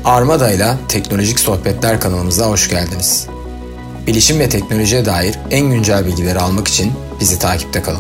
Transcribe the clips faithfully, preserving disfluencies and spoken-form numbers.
Armada'yla Teknolojik Sohbetler kanalımıza hoş geldiniz. Bilişim ve teknolojiye dair en güncel bilgileri almak için bizi takipte kalın.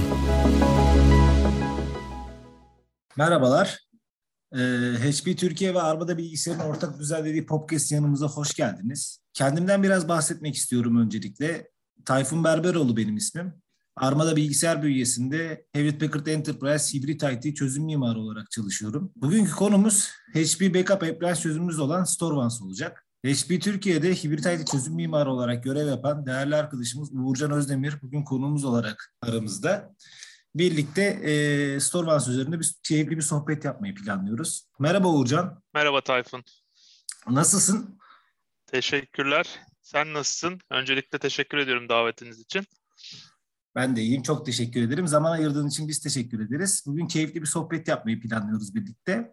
Merhabalar. Ee, H P Türkiye ve Armada Bilgisayar'ın ortak düzenlediği podcast yanımıza hoş geldiniz. Kendimden biraz bahsetmek istiyorum öncelikle. Tayfun Berberoğlu benim ismim. Armada Bilgisayar bünyesinde Hewlett Packard Enterprise Hibrit I T çözüm mimarı olarak çalışıyorum. Bugünkü konumuz H P Backup Appliance çözümümüz olan StoreOne olacak. H P Türkiye'de Hibrit I T çözüm mimarı olarak görev yapan değerli arkadaşımız Uğurcan Özdemir bugün konuğumuz olarak aramızda. Birlikte e, StoreOne üzerinde bir keyifli bir sohbet yapmayı planlıyoruz. Merhaba Uğurcan. Merhaba Tayfun. Nasılsın? Teşekkürler. Sen nasılsın? Öncelikle teşekkür ediyorum davetiniz için. Ben de iyiyim. Çok teşekkür ederim. Zaman ayırdığın için biz teşekkür ederiz. Bugün keyifli bir sohbet yapmayı planlıyoruz birlikte.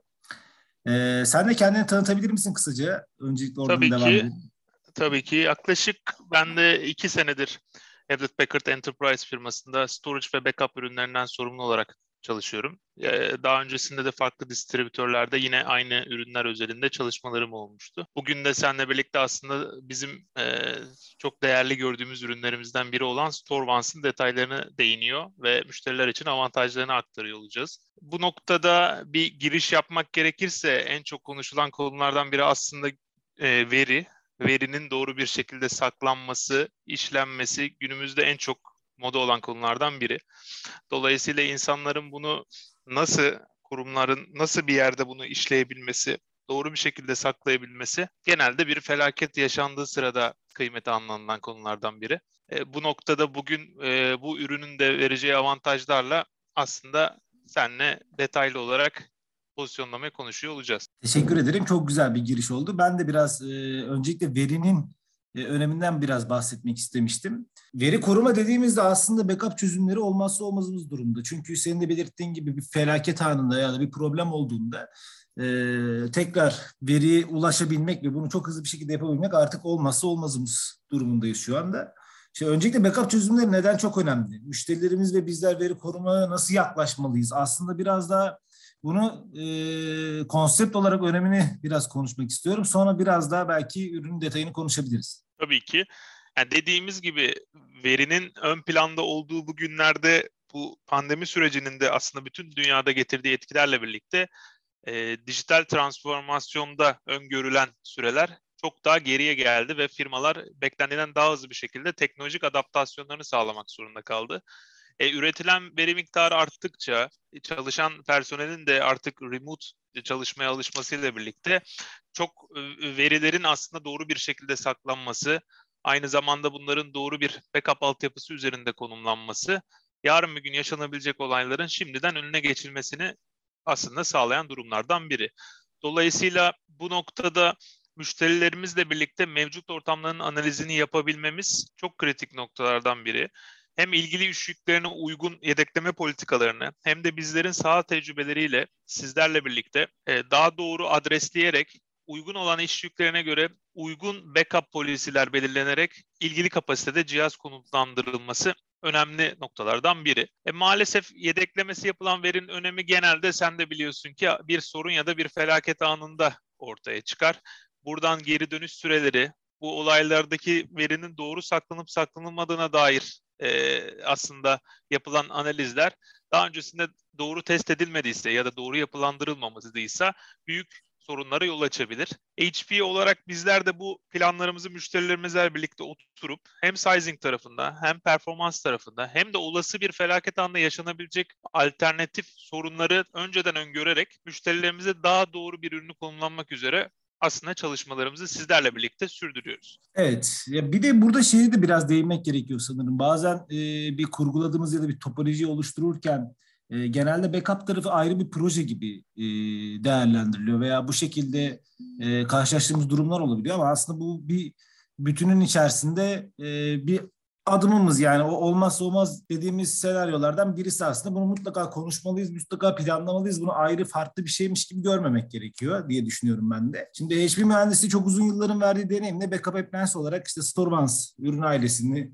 Ee, sen de kendini tanıtabilir misin kısaca? Öncelikle oradan tabii devam ki, edelim. Tabii ki. Yaklaşık ben de iki senedir Hewlett Packard Enterprise firmasında storage ve backup ürünlerinden sorumlu olarak çalışıyorum. Daha öncesinde de farklı distribütörlerde yine aynı ürünler özelinde çalışmalarım olmuştu. Bugün de seninle birlikte aslında bizim e, çok değerli gördüğümüz ürünlerimizden biri olan StoreOne'ın detaylarını değiniyor ve müşteriler için avantajlarını aktarıyor olacağız. Bu noktada bir giriş yapmak gerekirse en çok konuşulan konulardan biri aslında e, veri. Verinin doğru bir şekilde saklanması, işlenmesi günümüzde en çok moda olan konulardan biri. Dolayısıyla insanların bunu nasıl, kurumların nasıl bir yerde bunu işleyebilmesi, doğru bir şekilde saklayabilmesi genelde bir felaket yaşandığı sırada kıymeti anlanılan konulardan biri. E, bu noktada bugün e, bu ürünün de vereceği avantajlarla aslında seninle detaylı olarak pozisyonlamayı konuşuyor olacağız. Teşekkür ederim. Çok güzel bir giriş oldu. Ben de biraz e, öncelikle verinin e, öneminden biraz bahsetmek istemiştim. Veri koruma dediğimizde aslında backup çözümleri olmazsa olmazımız durumda. Çünkü senin de belirttiğin gibi bir felaket anında ya da bir problem olduğunda e, tekrar veriye ulaşabilmek ve bunu çok hızlı bir şekilde yapabilmek artık olmazsa olmazımız durumundayız şu anda. İşte öncelikle backup çözümleri neden çok önemli? Müşterilerimiz ve bizler veri korumaya nasıl yaklaşmalıyız? Aslında biraz daha bunu e, konsept olarak önemini biraz konuşmak istiyorum. Sonra biraz daha belki ürünün detayını konuşabiliriz. Tabii ki. Yani dediğimiz gibi verinin ön planda olduğu bu günlerde bu pandemi sürecinin de aslında bütün dünyada getirdiği etkilerle birlikte e, dijital transformasyonda öngörülen süreler çok daha geriye geldi ve firmalar beklenenden daha hızlı bir şekilde teknolojik adaptasyonlarını sağlamak zorunda kaldı. E, üretilen veri miktarı arttıkça çalışan personelin de artık remote çalışmaya alışmasıyla birlikte çok e, verilerin aslında doğru bir şekilde saklanması, aynı zamanda bunların doğru bir backup altyapısı üzerinde konumlanması, yarın bir gün yaşanabilecek olayların şimdiden önüne geçilmesini aslında sağlayan durumlardan biri. Dolayısıyla bu noktada müşterilerimizle birlikte mevcut ortamların analizini yapabilmemiz çok kritik noktalardan biri. Hem ilgili iş yüklerine uygun yedekleme politikalarını hem de bizlerin saha tecrübeleriyle sizlerle birlikte e, daha doğru adresleyerek uygun olan iş yüklerine göre uygun backup polisiler belirlenerek ilgili kapasitede cihaz konumlandırılması önemli noktalardan biri. E, maalesef yedeklemesi yapılan verinin önemi genelde sen de biliyorsun ki bir sorun ya da bir felaket anında ortaya çıkar. Buradan geri dönüş süreleri, bu olaylardaki verinin doğru saklanıp saklanılmadığına dair e, aslında yapılan analizler daha öncesinde doğru test edilmediyse ya da doğru yapılandırılmamadıysa büyük sorunlara yol açabilir. H P olarak bizler de bu planlarımızı müşterilerimizle birlikte oturup hem sizing tarafında hem performans tarafında hem de olası bir felaket anında yaşanabilecek alternatif sorunları önceden öngörerek müşterilerimize daha doğru bir ürünü konumlanmak üzere aslında çalışmalarımızı sizlerle birlikte sürdürüyoruz. Evet. Ya bir de burada şeyi de biraz değinmek gerekiyor sanırım. Bazen e, bir kurguladığımız ya da bir topoloji oluştururken e, genelde backup tarafı ayrı bir proje gibi e, değerlendiriliyor veya bu şekilde e, karşılaştığımız durumlar olabiliyor ama aslında bu bir bütünün içerisinde e, bir adımımız, yani o olmazsa olmaz dediğimiz senaryolardan birisi aslında. Bunu mutlaka konuşmalıyız, mutlaka planlamalıyız. Bunu ayrı farklı bir şeymiş gibi görmemek gerekiyor diye düşünüyorum ben de. Şimdi H P mühendisi çok uzun yılların verdiği deneyimle backup appliance olarak işte StoreOne ürün ailesini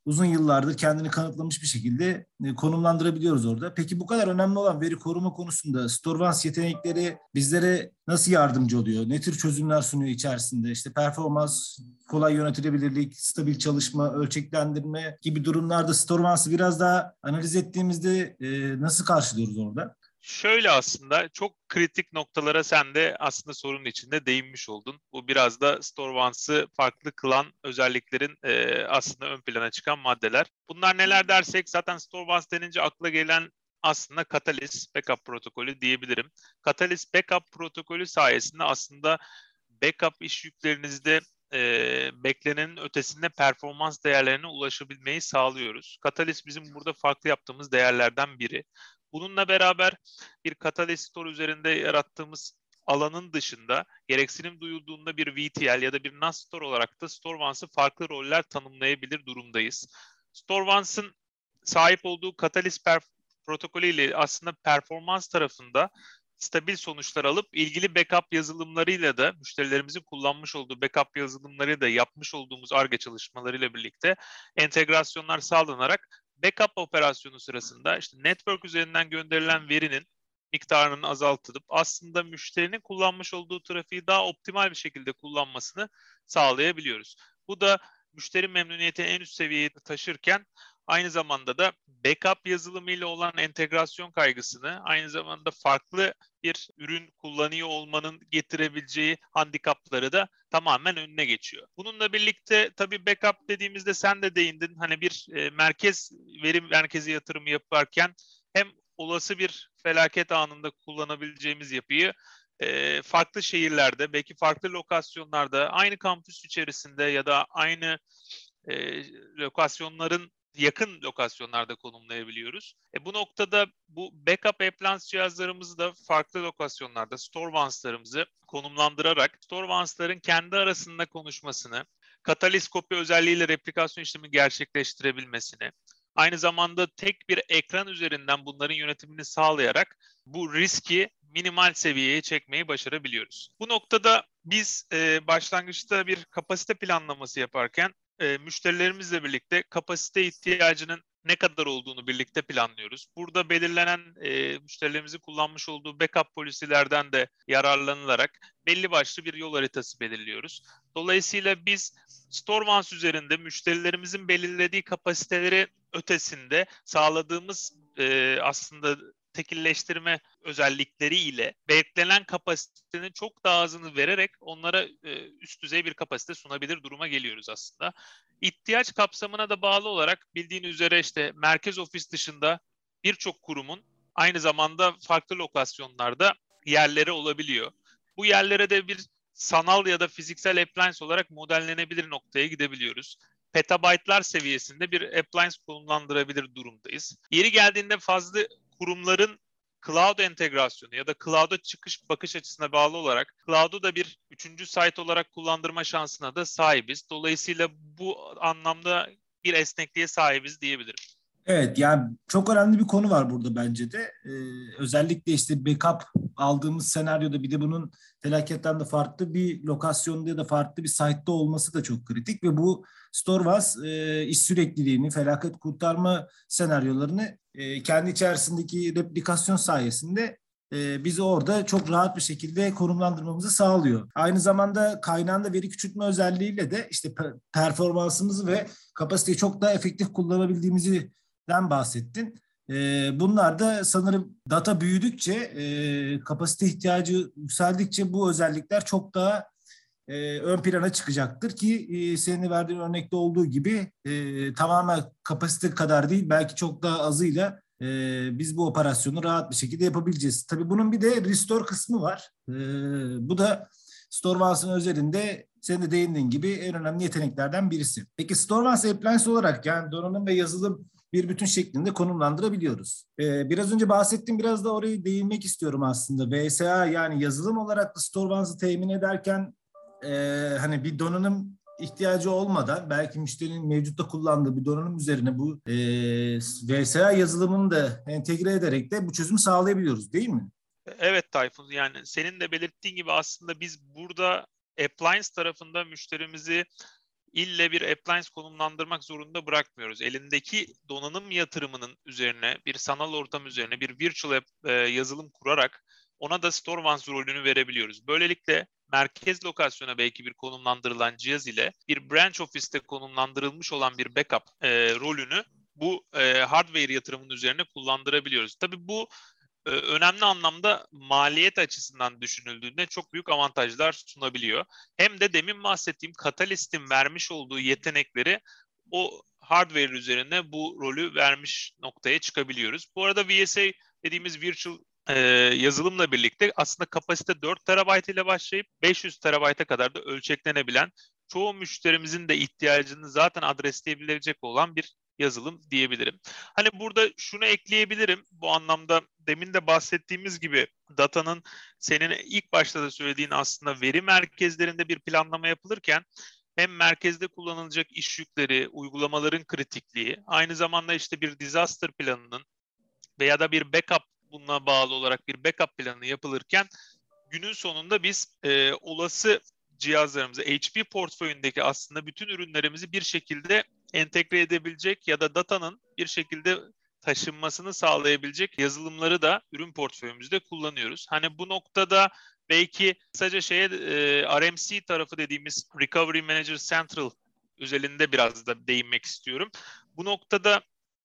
uzun yıllardır kendini kanıtlamış bir şekilde e, konumlandırabiliyoruz orada. Peki bu kadar önemli olan veri koruma konusunda Storevands yetenekleri bizlere nasıl yardımcı oluyor? Ne tür çözümler sunuyor içerisinde? İşte performans, kolay yönetilebilirlik, stabil çalışma, ölçeklendirme gibi durumlarda Storevands'ı biraz daha analiz ettiğimizde e, nasıl karşılıyoruz orada? Şöyle aslında çok kritik noktalara sen de aslında sorunun içinde değinmiş oldun. Bu biraz da Storevands'ı farklı kılan özelliklerin e, aslında ön plana çıkan maddeler. Bunlar neler dersek zaten Storevands denince akla gelen aslında Catalyst Backup protokolü diyebilirim. Catalyst Backup protokolü sayesinde aslında backup iş yüklerinizde e, beklenenin ötesinde performans değerlerine ulaşabilmeyi sağlıyoruz. Catalyst bizim burada farklı yaptığımız değerlerden biri. Bununla beraber bir Catalyst Store üzerinde yarattığımız alanın dışında gereksinim duyulduğunda bir V T L ya da bir N A S Store olarak da Storevands'ı farklı roller tanımlayabilir durumdayız. Storevands'ın sahip olduğu Catalyst perf- protokolüyle aslında performans tarafında stabil sonuçlar alıp ilgili backup yazılımlarıyla da müşterilerimizin kullanmış olduğu backup yazılımları da yapmış olduğumuz Ar-Ge çalışmalarıyla birlikte entegrasyonlar sağlanarak backup operasyonu sırasında işte network üzerinden gönderilen verinin miktarının azaltılıp aslında müşterinin kullanmış olduğu trafiği daha optimal bir şekilde kullanmasını sağlayabiliyoruz. Bu da müşteri memnuniyeti en üst seviyeye taşırken aynı zamanda da backup yazılımı ile olan entegrasyon kaygısını, aynı zamanda farklı bir ürün kullanıyor olmanın getirebileceği handikapları da tamamen önüne geçiyor. Bununla birlikte tabii backup dediğimizde sen de değindin. Hani bir e, merkez veri merkezi yatırımı yaparken hem olası bir felaket anında kullanabileceğimiz yapıyı e, farklı şehirlerde, belki farklı lokasyonlarda, aynı kampüs içerisinde ya da aynı e, lokasyonların yakın lokasyonlarda konumlayabiliyoruz. E, bu noktada bu backup appliance cihazlarımızı da farklı lokasyonlarda Storevands'larımızı konumlandırarak Storevands'ların kendi arasında konuşmasını, Catalyst Copy özelliğiyle replikasyon işlemi gerçekleştirebilmesini, aynı zamanda tek bir ekran üzerinden bunların yönetimini sağlayarak bu riski minimal seviyeye çekmeyi başarabiliyoruz. Bu noktada biz e, başlangıçta bir kapasite planlaması yaparken e, müşterilerimizle birlikte kapasite ihtiyacının ne kadar olduğunu birlikte planlıyoruz. Burada belirlenen e, müşterilerimizin kullanmış olduğu backup polisilerden de yararlanılarak belli başlı bir yol haritası belirliyoruz. Dolayısıyla biz Storevands üzerinde müşterilerimizin belirlediği kapasiteleri ötesinde sağladığımız e, aslında tekilleştirme özellikleriyle beklenen kapasitenin çok daha azını vererek onlara e, üst düzey bir kapasite sunabilir duruma geliyoruz aslında. İhtiyaç kapsamına da bağlı olarak bildiğin üzere işte merkez ofis dışında birçok kurumun aynı zamanda farklı lokasyonlarda yerleri olabiliyor. Bu yerlere de bir sanal ya da fiziksel appliance olarak modellenebilir noktaya gidebiliyoruz. Petabaytlar seviyesinde bir appliance konumlandırabilir durumdayız. Yeri geldiğinde fazla kurumların cloud entegrasyonu ya da cloud'a çıkış bakış açısına bağlı olarak cloud'u da bir üçüncü site olarak kullandırma şansına da sahibiz. Dolayısıyla bu anlamda bir esnekliğe sahibiz diyebilirim. Evet, yani çok önemli bir konu var burada bence de. Ee, özellikle işte backup aldığımız senaryoda bir de bunun felaketten de farklı bir lokasyonda ya da farklı bir site'de olması da çok kritik ve bu Storevands e, iş sürekliliğini, felaket kurtarma senaryolarını e, kendi içerisindeki replikasyon sayesinde e, bizi orada çok rahat bir şekilde konumlandırmamızı sağlıyor. Aynı zamanda kaynağında veri küçültme özelliğiyle de işte performansımızı ve kapasiteyi çok daha efektif kullanabildiğimizi den bahsettin. Bunlar da sanırım data büyüdükçe, kapasite ihtiyacı yükseldikçe bu özellikler çok daha ön plana çıkacaktır ki senin verdiğin örnekte olduğu gibi tamamen kapasite kadar değil belki çok daha azıyla biz bu operasyonu rahat bir şekilde yapabileceğiz. Tabii bunun bir de restore kısmı var. Bu da Storevands'ın özelinde senin de değindiğin gibi en önemli yeteneklerden birisi. Peki Storevands appliance olarak yani donanım ve yazılım bir bütün şeklinde konumlandırabiliyoruz. Ee, biraz önce bahsettiğim biraz da orayı değinmek istiyorum aslında. V S A yani yazılım olarak da Storevands'ı temin ederken e, hani bir donanım ihtiyacı olmadan belki müşterinin mevcutta kullandığı bir donanım üzerine bu e, V S A yazılımını da entegre ederek de bu çözümü sağlayabiliyoruz değil mi? Evet Tayfun, yani senin de belirttiğin gibi aslında biz burada appliance tarafında müşterimizi ille bir appliance konumlandırmak zorunda bırakmıyoruz. Elindeki donanım yatırımının üzerine, bir sanal ortam üzerine bir virtual app e, yazılım kurarak ona da Store Once rolünü verebiliyoruz. Böylelikle merkez lokasyona belki bir konumlandırılan cihaz ile bir branch office'te konumlandırılmış olan bir backup e, rolünü bu e, hardware yatırımının üzerine kullandırabiliyoruz. Tabii bu e, önemli anlamda maliyet açısından düşünüldüğünde çok büyük avantajlar sunabiliyor. Hem de demin bahsettiğim Catalyst'in vermiş olduğu yetenekleri o hardware üzerine bu rolü vermiş noktaya çıkabiliyoruz. Bu arada V S A dediğimiz virtual e, yazılımla birlikte aslında kapasite dört terabayt ile başlayıp beş yüz terabayta kadar da ölçeklenebilen, çoğu müşterimizin de ihtiyacını zaten adresleyebilecek olan bir yazılım diyebilirim. Hani burada şunu ekleyebilirim. Bu anlamda demin de bahsettiğimiz gibi datanın senin ilk başta da söylediğin aslında veri merkezlerinde bir planlama yapılırken hem merkezde kullanılacak iş yükleri, uygulamaların kritikliği, aynı zamanda işte bir disaster planının veya da bir backup, bununla bağlı olarak bir backup planı yapılırken günün sonunda biz e, olası cihazlarımızı, H P portföyündeki aslında bütün ürünlerimizi bir şekilde entegre edebilecek ya da datanın bir şekilde taşınmasını sağlayabilecek yazılımları da ürün portföyümüzde kullanıyoruz. Hani bu noktada belki kısaca şeye e, R M C tarafı dediğimiz Recovery Manager Central özelinde biraz da değinmek istiyorum. Bu noktada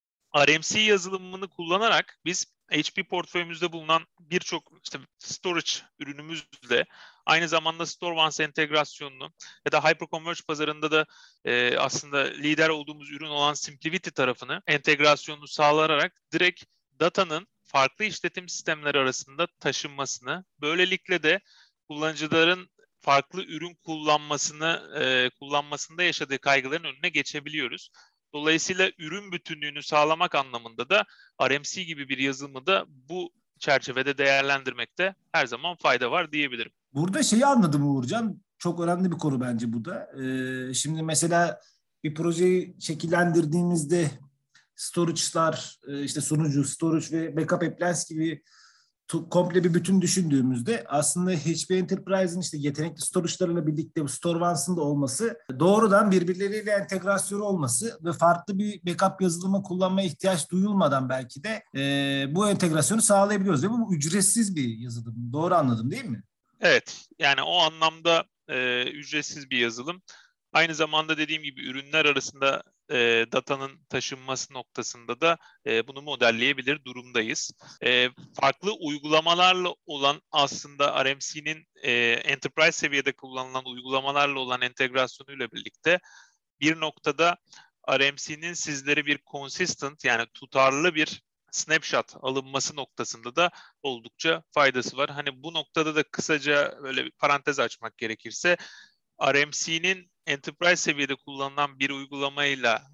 R M C yazılımını kullanarak biz H P portföyümüzde bulunan birçok işte storage ürünümüzle aynı zamanda Store Once entegrasyonunu ya da Hyperconverged pazarında da e, aslında lider olduğumuz ürün olan SimpliVity tarafını entegrasyonunu sağlayarak direkt datanın farklı işletim sistemleri arasında taşınmasını, böylelikle de kullanıcıların farklı ürün kullanmasını e, kullanmasında yaşadığı kaygıların önüne geçebiliyoruz. Dolayısıyla ürün bütünlüğünü sağlamak anlamında da R M C gibi bir yazılımı da bu çerçevede değerlendirmekte her zaman fayda var diyebilirim. Burada şeyi anladım Uğurcan. Çok önemli bir konu bence bu da. Ee, şimdi mesela bir projeyi şekillendirdiğimizde storage'lar, işte sunucu, storage ve backup appliance gibi komple bir bütün düşündüğümüzde aslında H P Enterprise'in işte yetenekli storage'larıyla birlikte bu Store Once'ın da olması, doğrudan birbirleriyle entegrasyonu olması ve farklı bir backup yazılımı kullanmaya ihtiyaç duyulmadan belki de e, bu entegrasyonu sağlayabiliyoruz. Ve bu ücretsiz bir yazılım. Doğru anladım değil mi? Evet, yani o anlamda e, ücretsiz bir yazılım. Aynı zamanda dediğim gibi ürünler arasında e, datanın taşınması noktasında da e, bunu modelleyebilir durumdayız. E, farklı uygulamalarla olan aslında R M C'nin e, enterprise seviyede kullanılan uygulamalarla olan entegrasyonuyla birlikte bir noktada R M C'nin sizlere bir consistent, yani tutarlı bir snapshot alınması noktasında da oldukça faydası var. Hani bu noktada da kısaca böyle bir parantez açmak gerekirse R M C'nin enterprise seviyede kullanılan bir uygulamayla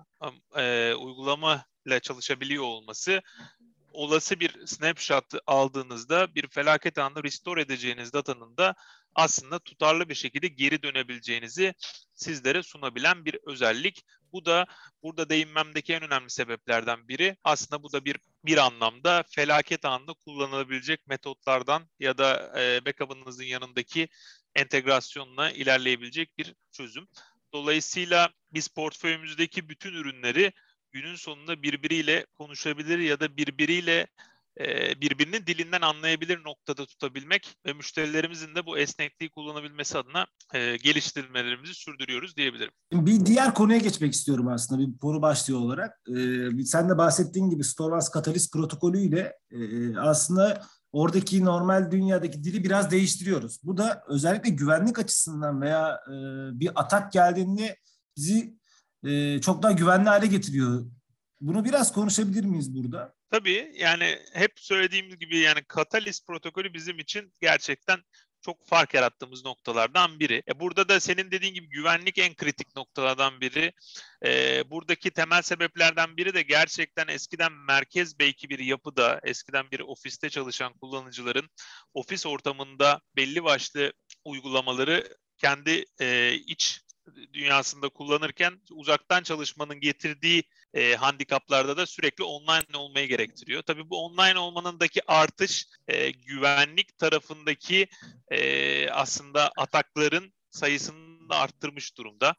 e, uygulamayla çalışabiliyor olması, olası bir snapshot aldığınızda bir felaket anında restore edeceğiniz datanın da aslında tutarlı bir şekilde geri dönebileceğinizi sizlere sunabilen bir özellik. Bu da burada değinmemdeki en önemli sebeplerden biri. Aslında bu da bir bir anlamda felaket anında kullanılabilecek metotlardan ya da e, backup'ınızın yanındaki entegrasyonla ilerleyebilecek bir çözüm. Dolayısıyla biz portföyümüzdeki bütün ürünleri günün sonunda birbiriyle konuşabilir ya da birbiriyle e, birbirinin dilinden anlayabilir noktada tutabilmek ve müşterilerimizin de bu esnekliği kullanabilmesi adına e, geliştirmelerimizi sürdürüyoruz diyebilirim. Bir diğer konuya geçmek istiyorum aslında bir konu başlığı olarak. Ee, sen de bahsettiğin gibi Store Once Catalyst protokolüyle e, aslında oradaki normal dünyadaki dili biraz değiştiriyoruz. Bu da özellikle güvenlik açısından veya e, bir atak geldiğinde bizi e, çok daha güvenli hale getiriyor. Bunu biraz konuşabilir miyiz burada? Tabii, yani hep söylediğimiz gibi yani Catalyst protokolü bizim için gerçekten çok fark yarattığımız noktalardan biri. E burada da senin dediğin gibi güvenlik en kritik noktalardan biri. E, buradaki temel sebeplerden biri de gerçekten eskiden merkez belki bir yapıda, eskiden bir ofiste çalışan kullanıcıların ofis ortamında belli başlı uygulamaları kendi e, iç dünyasında kullanırken uzaktan çalışmanın getirdiği e, handikaplarda da sürekli online olmayı gerektiriyor. Tabii bu online olmanındaki artış e, güvenlik tarafındaki e, aslında atakların sayısını da arttırmış durumda.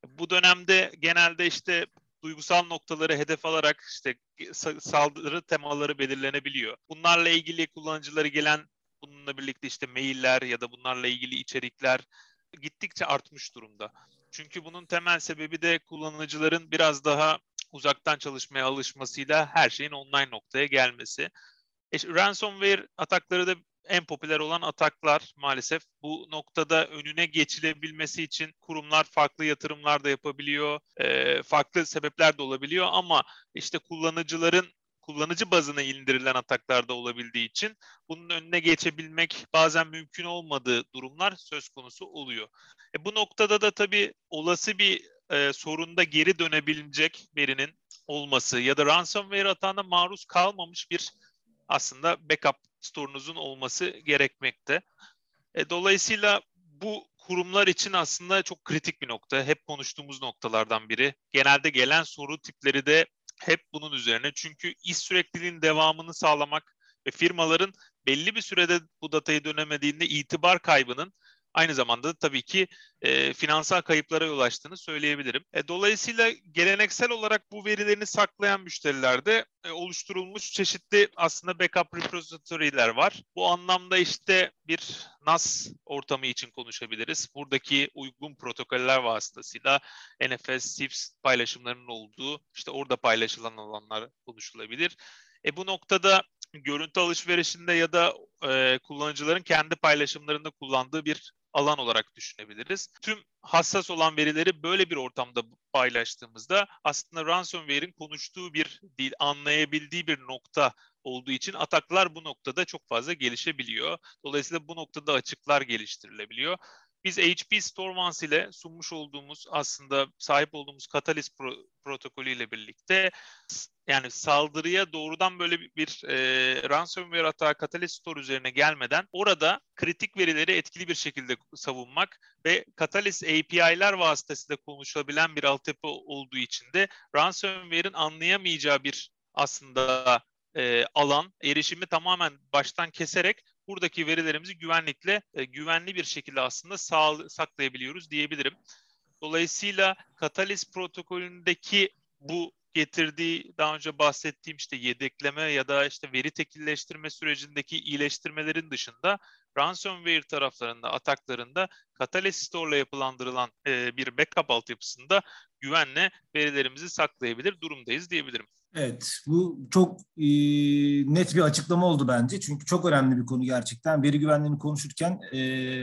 Bu dönemde genelde işte duygusal noktaları hedef alarak işte saldırı temaları belirlenebiliyor. Bunlarla ilgili kullanıcıları gelen, bununla birlikte işte mailler ya da bunlarla ilgili içerikler gittikçe artmış durumda. Çünkü bunun temel sebebi de kullanıcıların biraz daha uzaktan çalışmaya alışmasıyla her şeyin online noktaya gelmesi. E, ransomware atakları da en popüler olan ataklar maalesef. Bu noktada önüne geçilebilmesi için kurumlar farklı yatırımlar da yapabiliyor, e, farklı sebepler de olabiliyor ama işte kullanıcıların kullanıcı bazına indirilen ataklar da olabildiği için bunun önüne geçebilmek bazen mümkün olmadığı durumlar söz konusu oluyor. E, bu noktada da tabii olası bir e, sorunda geri dönebilecek verinin olması ya da ransomware atağına maruz kalmamış bir aslında backup store'unuzun olması gerekmekte. E, dolayısıyla bu kurumlar için aslında çok kritik bir nokta. Hep konuştuğumuz noktalardan biri. Genelde gelen soru tipleri de hep bunun üzerine. Çünkü iş sürekliliğinin devamını sağlamak ve firmaların belli bir sürede bu datayı dönemediğinde itibar kaybının aynı zamanda tabii ki e, finansal kayıplara yol açtığını söyleyebilirim. E, dolayısıyla geleneksel olarak bu verilerini saklayan müşterilerde e, oluşturulmuş çeşitli aslında backup repository'ler var. Bu anlamda işte bir N A S ortamı için konuşabiliriz. Buradaki uygun protokoller vasıtasıyla N F S, S I F S paylaşımlarının olduğu, işte orada paylaşılan alanlar konuşulabilir. E, bu noktada görüntü alışverişinde ya da e, kullanıcıların kendi paylaşımlarında kullandığı bir alan olarak düşünebiliriz. Tüm hassas olan verileri böyle bir ortamda paylaştığımızda aslında ransomware'in konuştuğu bir dil, anlayabildiği bir nokta olduğu için ataklar bu noktada çok fazla gelişebiliyor. Dolayısıyla bu noktada açıklar geliştirilebiliyor. Biz H P StoreOnce ile sunmuş olduğumuz, aslında sahip olduğumuz Catalyst pro- protokolü ile birlikte yani saldırıya doğrudan böyle bir, bir e, ransomware atağı Catalyst Store üzerine gelmeden orada kritik verileri etkili bir şekilde savunmak ve Catalyst A P I'ler vasıtasıyla konuşabilen bir altyapı olduğu için de ransomware'in anlayamayacağı bir aslında e, alan, erişimi tamamen baştan keserek buradaki verilerimizi güvenlikle, e, güvenli bir şekilde aslında sağ, saklayabiliyoruz diyebilirim. Dolayısıyla Catalyst protokolündeki bu getirdiği, daha önce bahsettiğim işte yedekleme ya da işte veri tekilleştirme sürecindeki iyileştirmelerin dışında ransomware taraflarında, ataklarında Catalyst Store'la yapılandırılan e, bir backup altyapısında güvenle verilerimizi saklayabilir durumdayız diyebilirim. Evet, bu çok e, net bir açıklama oldu bence. Çünkü çok önemli bir konu gerçekten. Veri güvenliğini konuşurken e,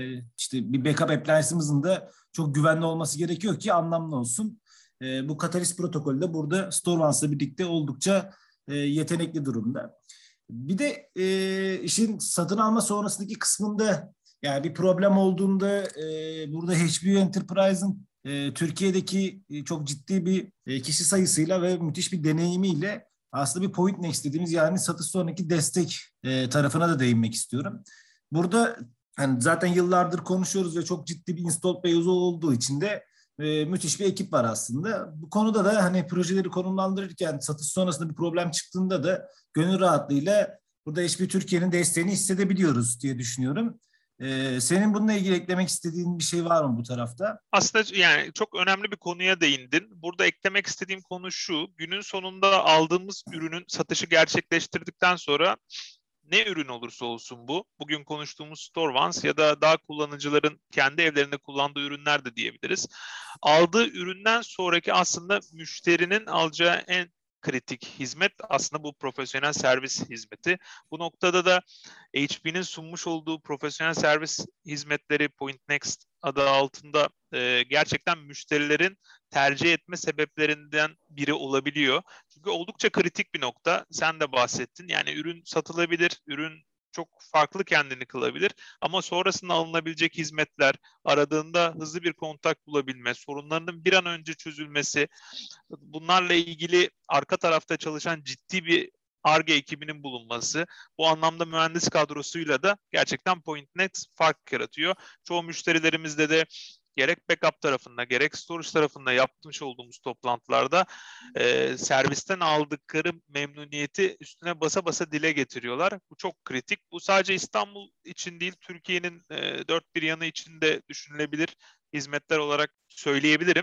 işte bir backup appliance'ımızın da çok güvenli olması gerekiyor ki anlamlı olsun. E, bu Catalyst protokolü de burada StoreOnce'la birlikte oldukça e, yetenekli durumda. Bir de e, işin satın alma sonrasındaki kısmında yani bir problem olduğunda e, burada H P Enterprise'ın e, Türkiye'deki e, çok ciddi bir e, kişi sayısıyla ve müthiş bir deneyimiyle aslında bir point next dediğimiz yani satış sonraki destek e, tarafına da değinmek istiyorum. Burada hani zaten yıllardır konuşuyoruz ve çok ciddi bir install base olduğu için de e, müthiş bir ekip var aslında. Bu konuda da hani projeleri konumlandırırken satış sonrasında bir problem çıktığında da gönül rahatlığıyla burada H P Türkiye'nin desteğini hissedebiliyoruz diye düşünüyorum. Ee, senin bununla ilgili eklemek istediğin bir şey var mı bu tarafta? Aslında yani çok önemli bir konuya değindin. Burada eklemek istediğim konu şu: günün sonunda aldığımız ürünün satışı gerçekleştirdikten sonra ne ürün olursa olsun bu, bugün konuştuğumuz StoreOnce ya da daha kullanıcıların kendi evlerinde kullandığı ürünler de diyebiliriz. Aldığı üründen sonraki aslında müşterinin alacağı en kritik hizmet aslında bu profesyonel servis hizmeti. Bu noktada da H P'nin sunmuş olduğu profesyonel servis hizmetleri Point Next adı altında e, gerçekten müşterilerin tercih etme sebeplerinden biri olabiliyor. Çünkü oldukça kritik bir nokta. Sen de bahsettin. Yani ürün satılabilir, ürün çok farklı kendini kılabilir ama sonrasında alınabilecek hizmetler, aradığında hızlı bir kontak bulabilme, sorunlarının bir an önce çözülmesi, bunlarla ilgili arka tarafta çalışan ciddi bir Ar-Ge ekibinin bulunması, bu anlamda mühendis kadrosuyla da gerçekten Point Next fark yaratıyor. Çoğu müşterilerimizde de gerek backup tarafında gerek storage tarafında yapmış olduğumuz toplantılarda e, servisten aldıkları memnuniyeti üstüne basa basa dile getiriyorlar. Bu çok kritik. Bu sadece İstanbul için değil, Türkiye'nin e, dört bir yanı için de düşünülebilir hizmetler olarak söyleyebilirim.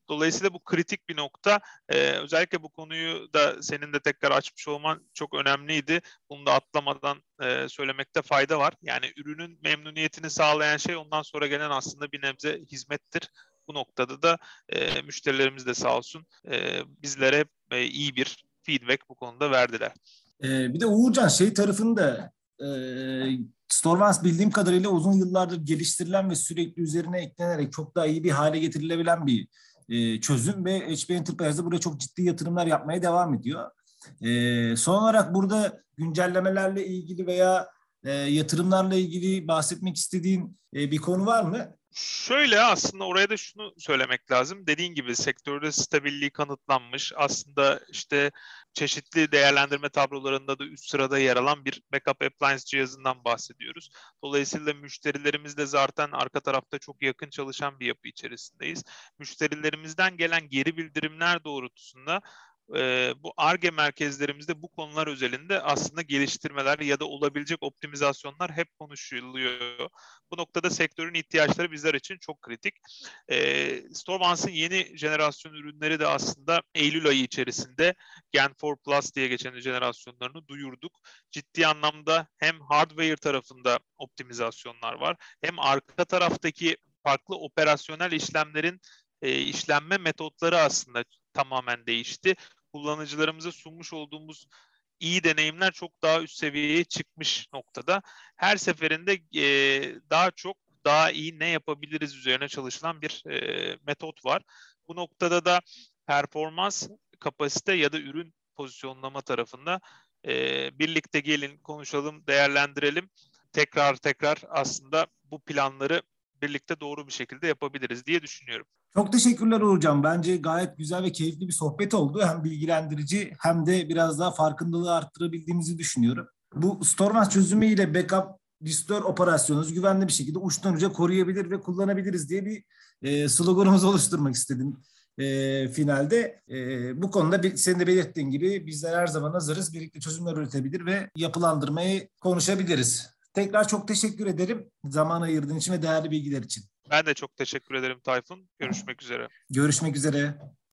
Dolayısıyla bu kritik bir nokta. Ee, özellikle bu konuyu da senin de tekrar açmış olman çok önemliydi. Bunu da atlamadan e, söylemekte fayda var. Yani ürünün memnuniyetini sağlayan şey ondan sonra gelen aslında bir nebze hizmettir. Bu noktada da e, müşterilerimiz de sağ olsun e, bizlere e, iyi bir feedback bu konuda verdiler. Ee, bir de Uğurcan şey tarafını da e, Storvans bildiğim kadarıyla uzun yıllardır geliştirilen ve sürekli üzerine eklenerek çok daha iyi bir hale getirilebilen bir e, çözüm ve H P Enterprise'da buraya çok ciddi yatırımlar yapmaya devam ediyor. E, son olarak burada güncellemelerle ilgili veya e, yatırımlarla ilgili bahsetmek istediğin e, bir konu var mı? Şöyle aslında oraya da şunu söylemek lazım. Dediğin gibi sektörde stabilliği kanıtlanmış. Aslında işte çeşitli değerlendirme tablolarında da üst sırada yer alan bir backup appliance cihazından bahsediyoruz. Dolayısıyla müşterilerimizle zaten arka tarafta çok yakın çalışan bir yapı içerisindeyiz. Müşterilerimizden gelen geri bildirimler doğrultusunda e, bu Ar-Ge merkezlerimizde bu konular özelinde aslında geliştirmeler ya da olabilecek optimizasyonlar hep konuşuluyor. Bu noktada sektörün ihtiyaçları bizler için çok kritik. E, Storvans'ın yeni jenerasyon ürünleri de aslında Eylül ayı içerisinde Gen dört Plus diye geçen jenerasyonlarını duyurduk. Ciddi anlamda hem hardware tarafında optimizasyonlar var, hem arka taraftaki farklı operasyonel işlemlerin e, işlenme metotları aslında tamamen değişti. Kullanıcılarımıza sunmuş olduğumuz iyi deneyimler çok daha üst seviyeye çıkmış noktada. Her seferinde e, daha çok daha iyi ne yapabiliriz üzerine çalışılan bir e, metot var. Bu noktada da performans, kapasite ya da ürün pozisyonlama tarafında e, birlikte gelin konuşalım, değerlendirelim. Tekrar tekrar aslında bu planları birlikte doğru bir şekilde yapabiliriz diye düşünüyorum. Çok teşekkürler Uğurcan. Bence gayet güzel ve keyifli bir sohbet oldu. Hem bilgilendirici hem de biraz daha farkındalığı arttırabildiğimizi düşünüyorum. Bu Storvans çözümüyle backup restore operasyonunuzu güvenli bir şekilde uçtan uca koruyabilir ve kullanabiliriz diye bir e, sloganımızı oluşturmak istedim e, finalde. E, bu konuda bir, senin de belirttiğin gibi bizler her zaman hazırız. Birlikte çözümler üretebilir ve yapılandırmayı konuşabiliriz. Tekrar çok teşekkür ederim zaman ayırdığın için ve değerli bilgiler için. Ben de çok teşekkür ederim Tayfun. Görüşmek üzere. Görüşmek üzere.